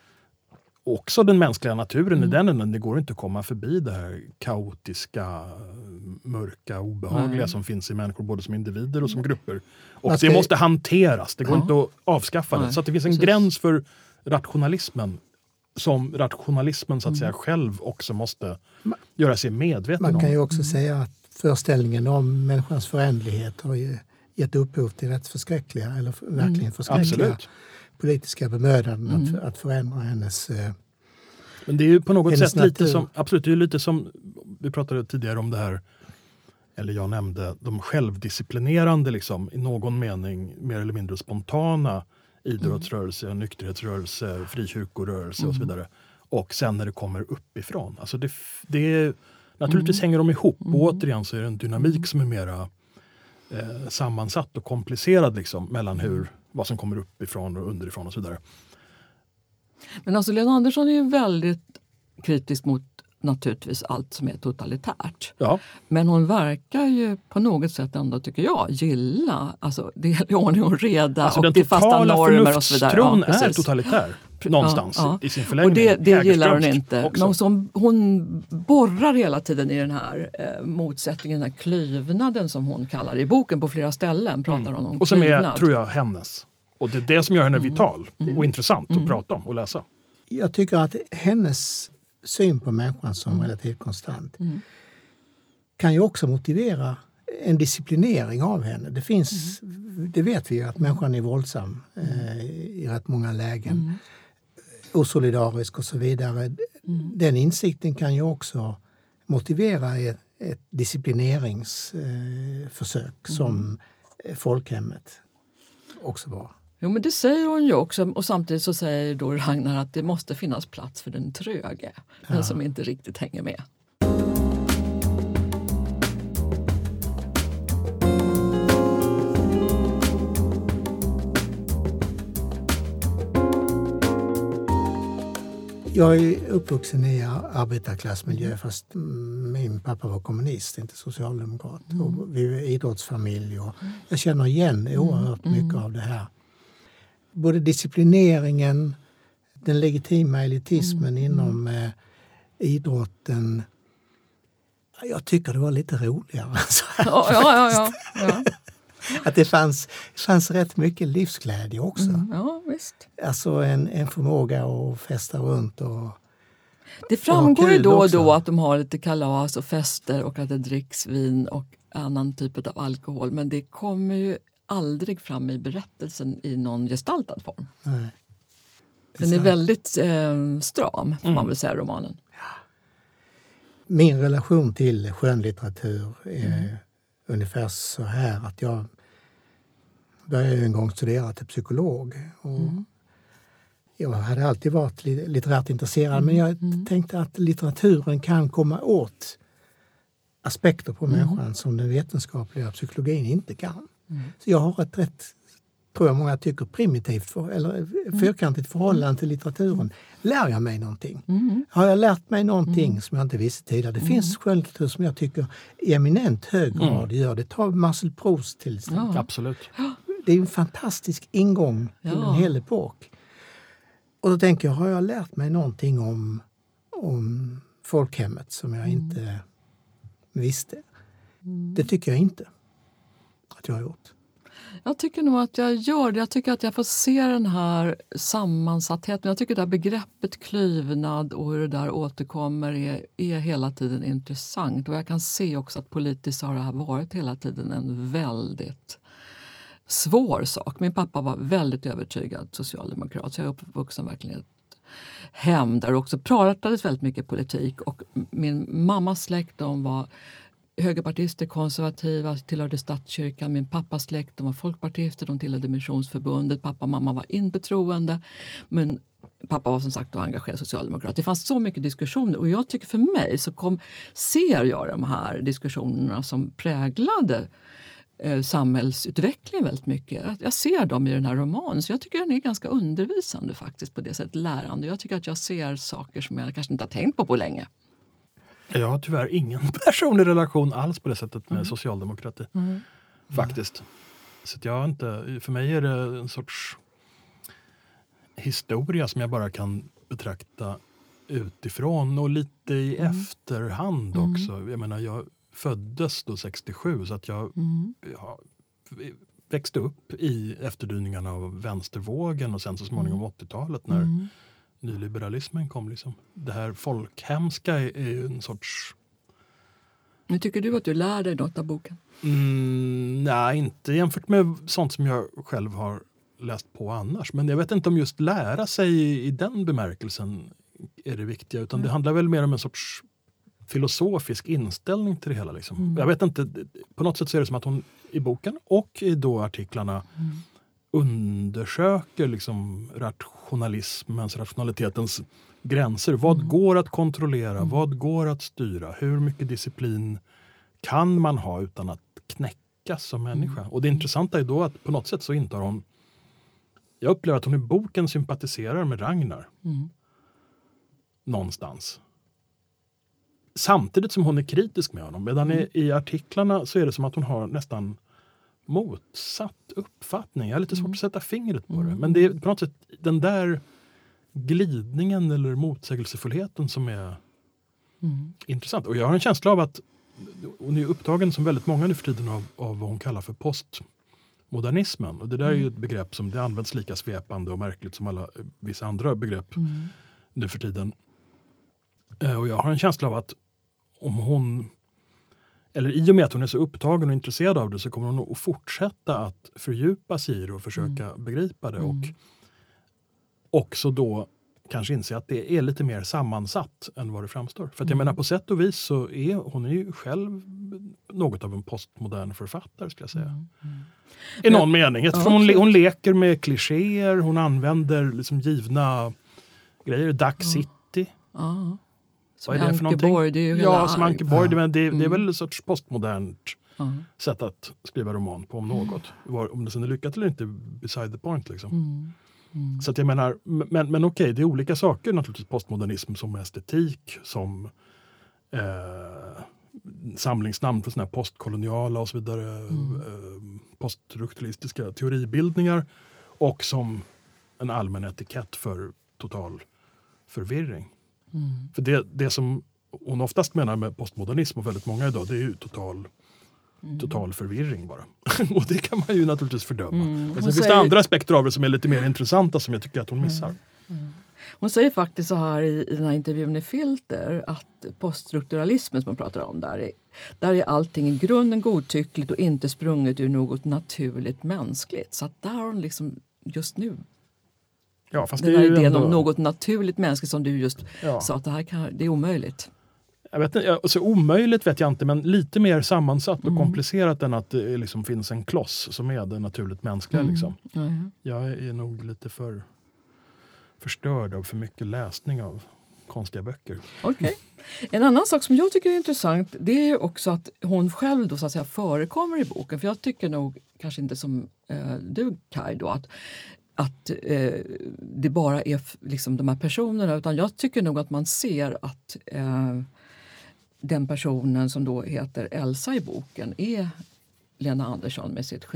Också den mänskliga naturen i den, det går inte att komma förbi det här kaotiska, mörka, obehagliga som finns i människor, både som individer och som grupper. Och det måste hanteras, det går inte att avskaffa det. Så att det finns en gräns för rationalismen som rationalismen så att säga själv också måste göra sig medveten om. Man kan ju också säga att föreställningen om människans förändlighet har ju gett upphov till rätt förskräckliga eller verkligen förskräckliga politiska bemödanden att förändra hennes Men det är ju på något sätt natur. Lite som, absolut, det är lite som vi pratade tidigare om det här, eller jag nämnde de självdisciplinerande liksom, i någon mening mer eller mindre spontana idrottsrörelse, nykterhetsrörelse, frikyrkorörelse och så vidare. Och sen när det kommer uppifrån. Alltså det naturligtvis hänger de ihop. Och återigen så är det en dynamik som är mera sammansatt och komplicerad liksom, mellan vad som kommer uppifrån och underifrån och så vidare. Men alltså Lena Andersson är ju väldigt kritisk mot naturligtvis allt som är totalitärt. Ja. Men hon verkar ju på något sätt ändå, tycker jag, gilla alltså det är ordning och reda och det är fasta normer och så vidare. Den totala förnuftstron är totalitär. någonstans i sin förlängning. Och det gillar hon inte. Hon borrar hela tiden i den här motsättningen, den här klyvnaden som hon kallar i boken på flera ställen. Pratar hon om och som klyvnad. är, tror jag, hennes. Och det är det som gör henne vital och intressant att prata om och läsa. Jag tycker att hennes syn på människan som relativt konstant kan ju också motivera en disciplinering av henne. Det finns, det vet vi ju, att människan är våldsam i rätt många lägen. Osolidarisk och så vidare. Den insikten kan ju också motivera ett disciplineringsförsök som folkhemmet också var. Jo, men det säger hon ju också, och samtidigt så säger då Ragnar att det måste finnas plats för den tröge, den som inte riktigt hänger med. Jag är uppvuxen i arbetarklassmiljö, fast min pappa var kommunist, inte socialdemokrat. Och vi är idrottsfamilj och jag känner igen oerhört mycket av det här. Både disciplineringen, den legitima elitismen inom idrotten. Jag tycker det var lite roligare. Ja. Att det fanns rätt mycket livsglädje också. Ja, visst. Alltså en förmåga att festa runt. Det framgår ju då och då att de har lite kalas och fester och att det dricks vin och annan typ av alkohol. Men det kommer ju aldrig fram i berättelsen i någon gestaltad form. Nej. Den är väldigt stram, får man väl säga, romanen. Min relation till skönlitteratur är ungefär så här att jag började en gång studera till psykolog. Och jag hade alltid varit litterärt intresserad, men jag tänkte att litteraturen kan komma åt aspekter på människan som den vetenskapliga psykologin inte kan. Så jag har ett rätt, tror jag många tycker, primitivt eller fyrkantigt förhållande till litteraturen. Lär jag mig någonting? Har jag lärt mig någonting som jag inte visste tidigare? Det finns skönlitteratur som jag tycker i eminent hög grad gör det. Ta Marcel Proust till exempel. Ja. Absolut. Det är en fantastisk ingång till en hel epok. Och då tänker jag, har jag lärt mig någonting om folkhemmet som jag inte visste? Det tycker jag inte att jag har gjort. Jag tycker nog att jag gör det. Jag tycker att jag får se den här sammansattheten. Jag tycker det här begreppet klyvnad och hur det där återkommer är hela tiden intressant. Och jag kan se också att politiskt har det här varit hela tiden en väldigt svår sak. Min pappa var väldigt övertygad socialdemokrat. Så jag är uppvuxen verkligen i ett hem där det också pratades väldigt mycket politik. Och min mammas släkt, de var högerpartister, konservativa, tillhörde statskyrkan. Min pappas släkt, de var folkpartister, de tillhörde Missionsförbundet. Pappa och mamma var inbetroende. Men pappa var som sagt då engagerad socialdemokrat. Det fanns så mycket diskussioner och jag tycker för mig så ser jag de här diskussionerna som präglade samhällsutvecklingen väldigt mycket. Jag ser dem i den här romanen, så jag tycker den är ganska undervisande faktiskt på det sättet, lärande. Jag tycker att jag ser saker som jag kanske inte har tänkt på länge. Jag har tyvärr ingen personlig relation alls på det sättet med socialdemokrati. Faktiskt. Så att jag inte, för mig är det en sorts historia som jag bara kan betrakta utifrån och lite i efterhand också. Jag menar, jag föddes då 67 så att jag växte upp i efterdyningarna av vänstervågen och sen så småningom 80-talet när nyliberalismen kom. Liksom. Det här folkhemska är ju en sorts... Men tycker du att du lär dig något av boken? Nej, inte jämfört med sånt som jag själv har läst på annars. Men jag vet inte om just lära sig i den bemärkelsen är det viktiga. Utan det handlar väl mer om en sorts filosofisk inställning till det hela. Liksom. Jag vet inte, på något sätt så är det som att hon i boken och i då artiklarna undersöker liksom rationalitetens gränser. Vad går att kontrollera? Vad går att styra? Hur mycket disciplin kan man ha utan att knäckas som människa? Och det intressanta är då att på något sätt så intar hon... Jag upplever att hon i boken sympatiserar med Ragnar. Någonstans. Samtidigt som hon är kritisk med honom. Medan i artiklarna så är det som att hon har nästan motsatt uppfattning. Jag har lite svårt att sätta fingret på det. Men det är på något sätt den där glidningen eller motsägelsefullheten som är intressant. Och jag har en känsla av att hon är upptagen som väldigt många nu för tiden av vad hon kallar för postmodernismen. Och det där är ju ett begrepp som det används lika svepande och märkligt som alla vissa andra begrepp nu för tiden. Och jag har en känsla av att om hon, eller i och med att hon är så upptagen och intresserad av det, så kommer hon att fortsätta att fördjupa sig i det och försöka begripa det. Och också då kanske inse att det är lite mer sammansatt än vad det framstår. För att jag menar, på sätt och vis så är hon ju själv något av en postmodern författare, skulle jag säga. I någon mening. Hon leker med klichéer, hon använder liksom givna grejer. Duck City. Vad är det för någonting? Det är ju som Ankeborg. Men det är väl en sorts postmodernt sätt att skriva roman på om något. Om det sen är lyckat eller inte, beside the point liksom. Så att jag menar, men okej, det är olika saker naturligtvis. Postmodernism som estetik, som samlingsnamn för såna här postkoloniala och så vidare, poststrukturalistiska teoribildningar, och som en allmän etikett för total förvirring. För det som hon oftast menar med postmodernism och väldigt många idag, det är ju total förvirring bara. Och det kan man ju naturligtvis fördöma. Men sen finns det andra aspekter av det som är lite mer intressanta som jag tycker att hon missar. Hon säger faktiskt så här i den här intervjun i Filter att poststrukturalismen som man pratar om där är allting i grunden godtyckligt och inte sprunget ur något naturligt mänskligt. Så att där har hon liksom just nu fast den det är här ju idén ändå om något naturligt mänskligt som du just sa att det är omöjligt. Jag vet inte, alltså omöjligt vet jag inte, men lite mer sammansatt och komplicerat än att det liksom finns en kloss som är det naturligt mänskliga. Liksom. Jag är nog lite för förstörd av för mycket läsning av konstiga böcker. Okej. En annan sak som jag tycker är intressant, det är också att hon själv då så att säga förekommer i boken. För jag tycker nog, kanske inte som du Kaj då, att det bara är liksom de här personerna, utan jag tycker nog att man ser att den personen som då heter Elsa i boken är Lena Andersson med sitt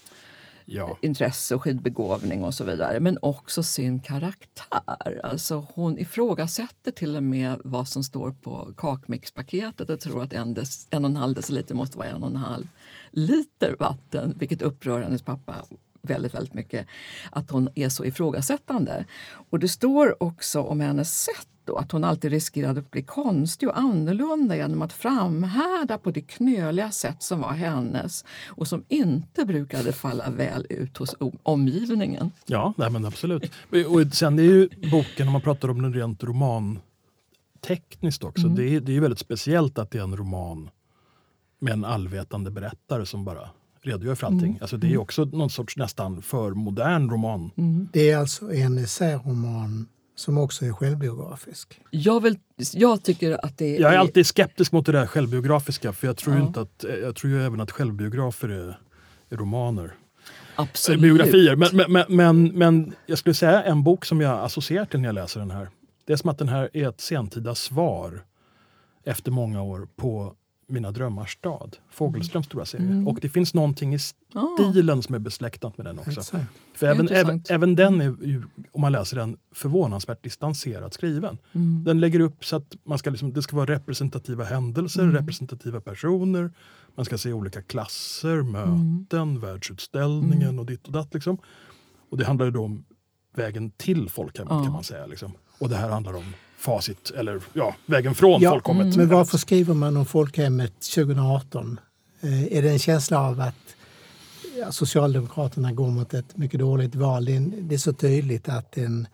intresse och skidbegåvning och så vidare. Men också sin karaktär. Alltså hon ifrågasätter till och med vad som står på kakmixpaketet och tror att 1,5 deciliter måste vara 1,5 liter vatten, vilket upprör hennes pappa väldigt, väldigt mycket, att hon är så ifrågasättande. Och det står också om hennes sätt då, att hon alltid riskerade att bli konstig och annorlunda genom att framhärda på det knöliga sätt som var hennes och som inte brukade falla väl ut hos omgivningen. Ja, nej, men absolut. Och sen är ju boken, om man pratar om den rent romantekniskt också, det är ju väldigt speciellt att det är en roman med en allvetande berättare som bara redogör för allting. Alltså det är också någon sorts nästan för modern roman. Det är alltså en essäroman som också är självbiografisk. Jag tycker att det är... Jag är alltid skeptisk mot det där självbiografiska, för jag tror inte att, jag tror ju även att självbiografer är romaner. Absolut. Biografier. Men jag skulle säga en bok som jag associerar till när jag läser den här. Det är som att den här är ett sentida svar efter många år på Mina drömmars stad, Fogelströms stora serie. Och det finns någonting i stilen som är besläktat med den också. För även den är ju, om man läser den, förvånansvärt distanserat skriven. Den lägger upp så att man ska liksom, det ska vara representativa händelser, representativa personer. Man ska se olika klasser, möten, världsutställningen och ditt och datt. Liksom. Och det handlar ju då om vägen till folkhemmet kan man säga. Liksom. Och det här handlar om facit, eller vägen från folkhemmet. Men varför skriver man om folkhemmet 2018? Är det en känsla av att Socialdemokraterna går mot ett mycket dåligt val? Det är så tydligt att en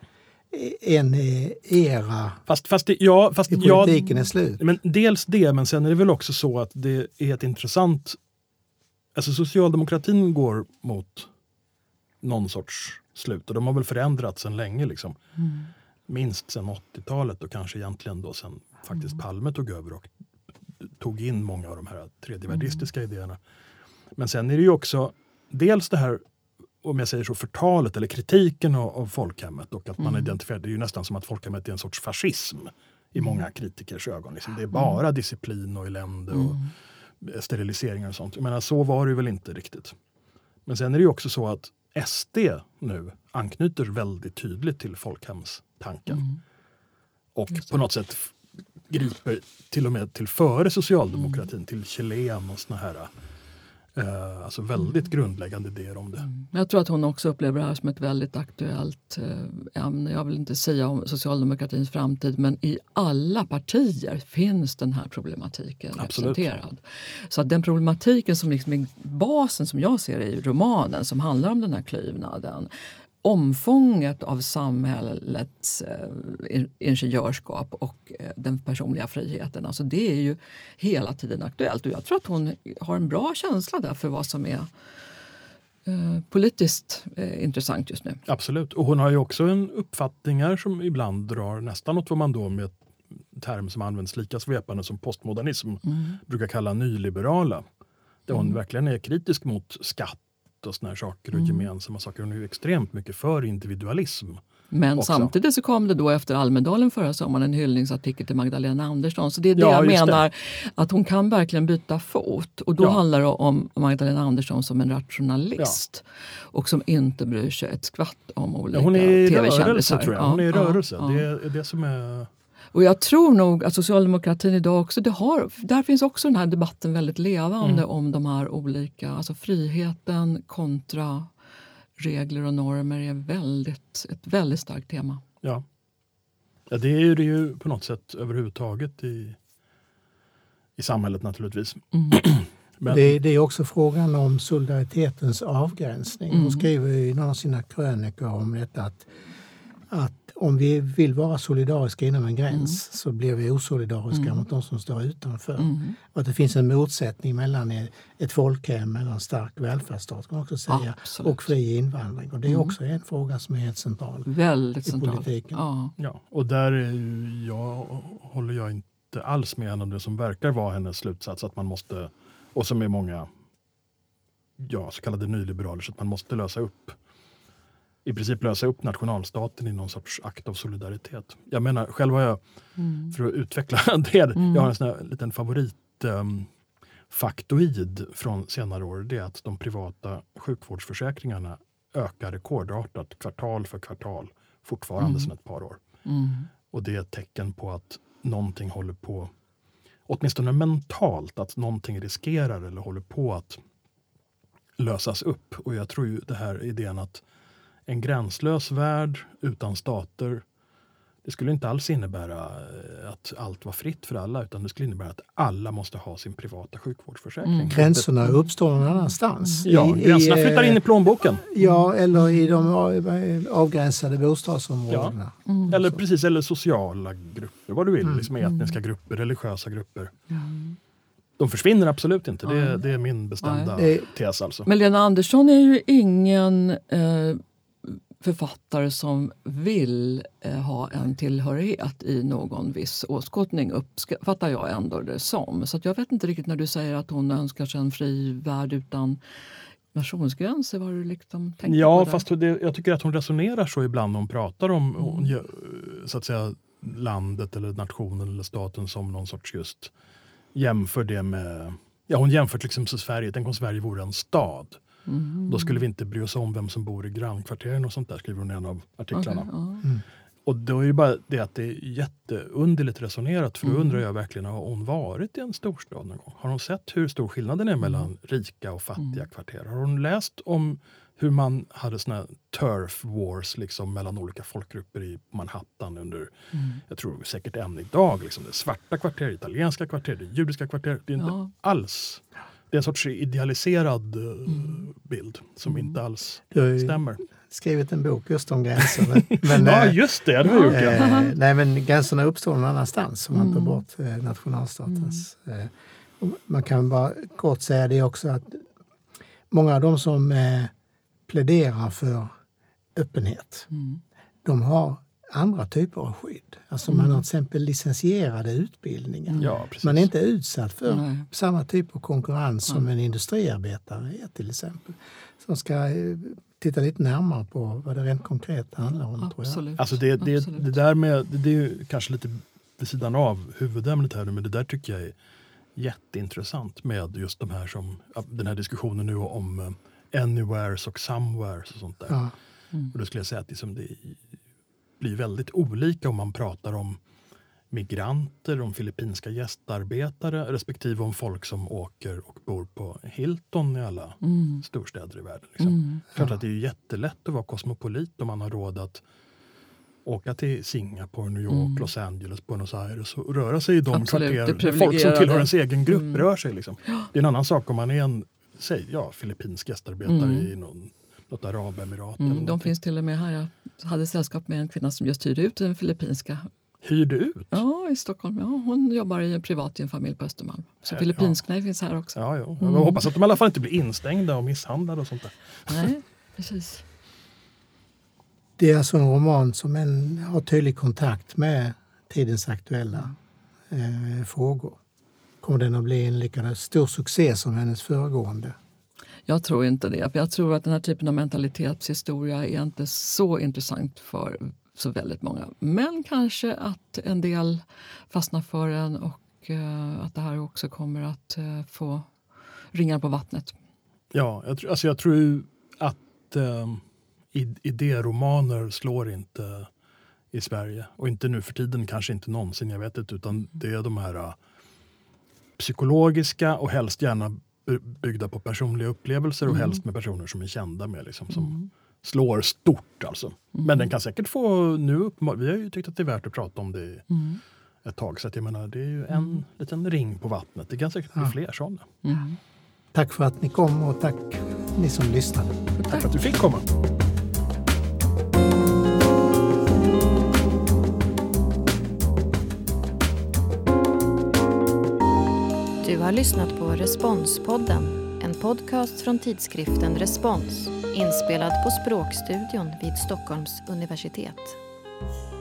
era i politiken är slut. Men dels det, men sen är det väl också så att det är ett intressant... Alltså socialdemokratin går mot någon sorts slut, och de har väl förändrats sedan länge liksom. Minst sedan 80-talet och kanske egentligen då sen faktiskt Palme tog över och tog in många av de här tredjevärldistiska idéerna. Men sen är det ju också dels det här, om jag säger så, förtalet eller kritiken av folkhemmet, och att man identifierar, det är ju nästan som att folkhemmet är en sorts fascism i många kritikers ögon. Liksom. Det är bara disciplin och elände och steriliseringar och sånt. Jag menar, så var det ju väl inte riktigt. Men sen är det ju också så att SD nu anknyter väldigt tydligt till folkhemstanken. Och på något sätt griper till och med till före socialdemokratin, till Chilen och såna här alltså väldigt grundläggande idéer om det. Jag tror att hon också upplever det här som ett väldigt aktuellt ämne. Jag vill inte säga om socialdemokratins framtid, men i alla partier finns den här problematiken representerad. Så att den problematiken som liksom är basen som jag ser i romanen, som handlar om den här klyvnaden, omfånget av samhällets ingenjörskap och den personliga friheten. Alltså det är ju hela tiden aktuellt. Och jag tror att hon har en bra känsla där för vad som är politiskt intressant just nu. Absolut. Och hon har ju också en uppfattningar som ibland drar nästan åt vad man då med ett term som används lika svepande som postmodernism brukar kalla nyliberala. Där hon verkligen är kritisk mot skatt och såna här saker och gemensamma saker. Hon är ju extremt mycket för individualism. Men också. Samtidigt så kom det då efter Almedalen förra sommaren en hyllningsartikel till Magdalena Andersson. Så det är det jag menar, att hon kan verkligen byta fot. Och då handlar det om Magdalena Andersson som en rationalist. Och som inte bryr sig ett skvatt om olika tv-kändisar. Hon är i rörelse, tror jag. Hon är i rörelse. Det är det som är... Och jag tror nog att socialdemokratin idag också, där finns också den här debatten väldigt levande om de här olika, alltså friheten kontra regler och normer är ett väldigt starkt tema. Ja, det är det ju på något sätt överhuvudtaget i samhället naturligtvis. Men det är också frågan om solidaritetens avgränsning. Hon skriver i någon av sina krönikor om detta att om vi vill vara solidariska inom en gräns så blir vi osolidariska mot de som står utanför. Och att det finns en motsättning mellan ett folkhem eller en stark välfärdsstat kan man också säga, och fri invandring. Och det är också en fråga som är helt central väldigt i politiken. Ja, och där håller jag inte alls med henne om det som verkar vara hennes slutsats, att man måste, och som är många så kallade nyliberaler, så att man måste i princip lösa upp nationalstaten i någon sorts akt av solidaritet. Jag menar, själv har jag, för att utveckla det, jag har en sån här liten favoritfaktoid från senare år. Det är att de privata sjukvårdsförsäkringarna ökar rekordartat kvartal för kvartal fortfarande sedan ett par år. Och det är ett tecken på att någonting håller på, åtminstone mentalt, att någonting riskerar eller håller på att lösas upp. Och jag tror ju det här idén att en gränslös värld utan stater, det skulle inte alls innebära att allt var fritt för alla, utan det skulle innebära att alla måste ha sin privata sjukvårdsförsäkring. Gränserna uppstår någon annanstans. Ja, gränserna flyttar in i plånboken. Ja, eller i de avgränsade bostadsområdena. Ja. Eller sociala grupper, vad du vill. Liksom etniska grupper, religiösa grupper. De försvinner absolut inte. Det är min bestämda tes alltså. Men Lena Andersson är ju ingen författare som vill ha en tillhörighet i någon viss åskådning, uppfattar jag ändå det som. Så att jag vet inte riktigt när du säger att hon önskar sig en fri värld utan nationsgränser, vad du liksom tänker på. Ja, fast jag tycker att hon resonerar så ibland när hon pratar om så att säga landet eller nationen eller staten som någon sorts just jämför det med, hon jämför till exempel Sverige, tänk om Sverige vore en stad. Då skulle vi inte bry oss om vem som bor i grannkvarteren och sånt där, skriver hon i en av artiklarna. Och då är ju bara det att det är jätteunderligt resonerat, för då undrar jag verkligen, har hon varit i en storstad någon gång? Har hon sett hur stor skillnaden är mellan rika och fattiga kvarter? Har hon läst om hur man hade såna här turf wars liksom mellan olika folkgrupper i Manhattan under, jag tror säkert än idag, liksom det svarta kvarter, italienska kvarter, det judiska kvarter, det är inte alls, det är en sorts idealiserad bild som inte alls stämmer. Skrivit en bok just om gränser. Men, ja, just det har gjort. Nej, men gränserna uppstår någon annanstans om man tar bort nationalstatens. Man kan bara kort säga det också att många av de som pläderar för öppenhet, de har andra typer av skydd. Alltså man har till exempel licensierade utbildningar. Ja, man är inte utsatt för samma typ av konkurrens som en industriarbetare är till exempel. Som ska titta lite närmare på vad det rent konkret handlar om. Absolut. Tror jag. Alltså det där med, det är ju kanske lite vid sidan av huvudämnet här, men det där tycker jag är jätteintressant med just de här den här diskussionen nu om anywheres och somewheres och sånt där. Ja. Och då skulle jag säga att liksom det blir väldigt olika om man pratar om migranter, om filippinska gästarbetare respektive om folk som åker och bor på Hilton i alla storstäder i världen. Liksom. Klart att det är jättelätt att vara kosmopolit om man har råd att åka till Singapore, New York, Los Angeles, Buenos Aires och röra sig i de kvarter där folk som tillhör ens egen grupp rör sig. Liksom. Det är en annan sak om man är en filippinsk gästarbetare i något arabemirat. De finns till och med här. Jag hade sällskap med en kvinna som just hyrde ut den filippinska. Hyrde ut? Ja, i Stockholm. Ja, hon jobbar privat i en familj på Östermalm. Så filippinsknäg finns här också. Ja. Jag hoppas att de i alla fall inte blir instängda och misshandlade och sånt där. Nej, precis. Det är alltså en roman som har tydlig kontakt med tidens aktuella frågor. Kommer den att bli en lika stor succé som hennes föregående? Jag tror inte det. För jag tror att den här typen av mentalitetshistoria är inte så intressant för så väldigt många. Men kanske att en del fastnar för den och att det här också kommer att få ringar på vattnet. Ja, jag tror ju att idéromaner slår inte i Sverige. Och inte nu för tiden, kanske inte någonsin, jag vet inte. Utan det är de här psykologiska och helst gärna byggda på personliga upplevelser och helst med personer som är kända med. Liksom, som slår stort alltså. Men den kan säkert få nu vi har ju tyckt att det är värt att prata om det ett tag. Så att jag menar, det är ju en liten ring på vattnet. Det kan säkert bli fler sådana. Tack för att ni kom och tack ni som lyssnade. Tack för att du fick komma. Du har lyssnat på Responspodden, en podcast från tidskriften Respons, inspelad på Språkstudion vid Stockholms universitet.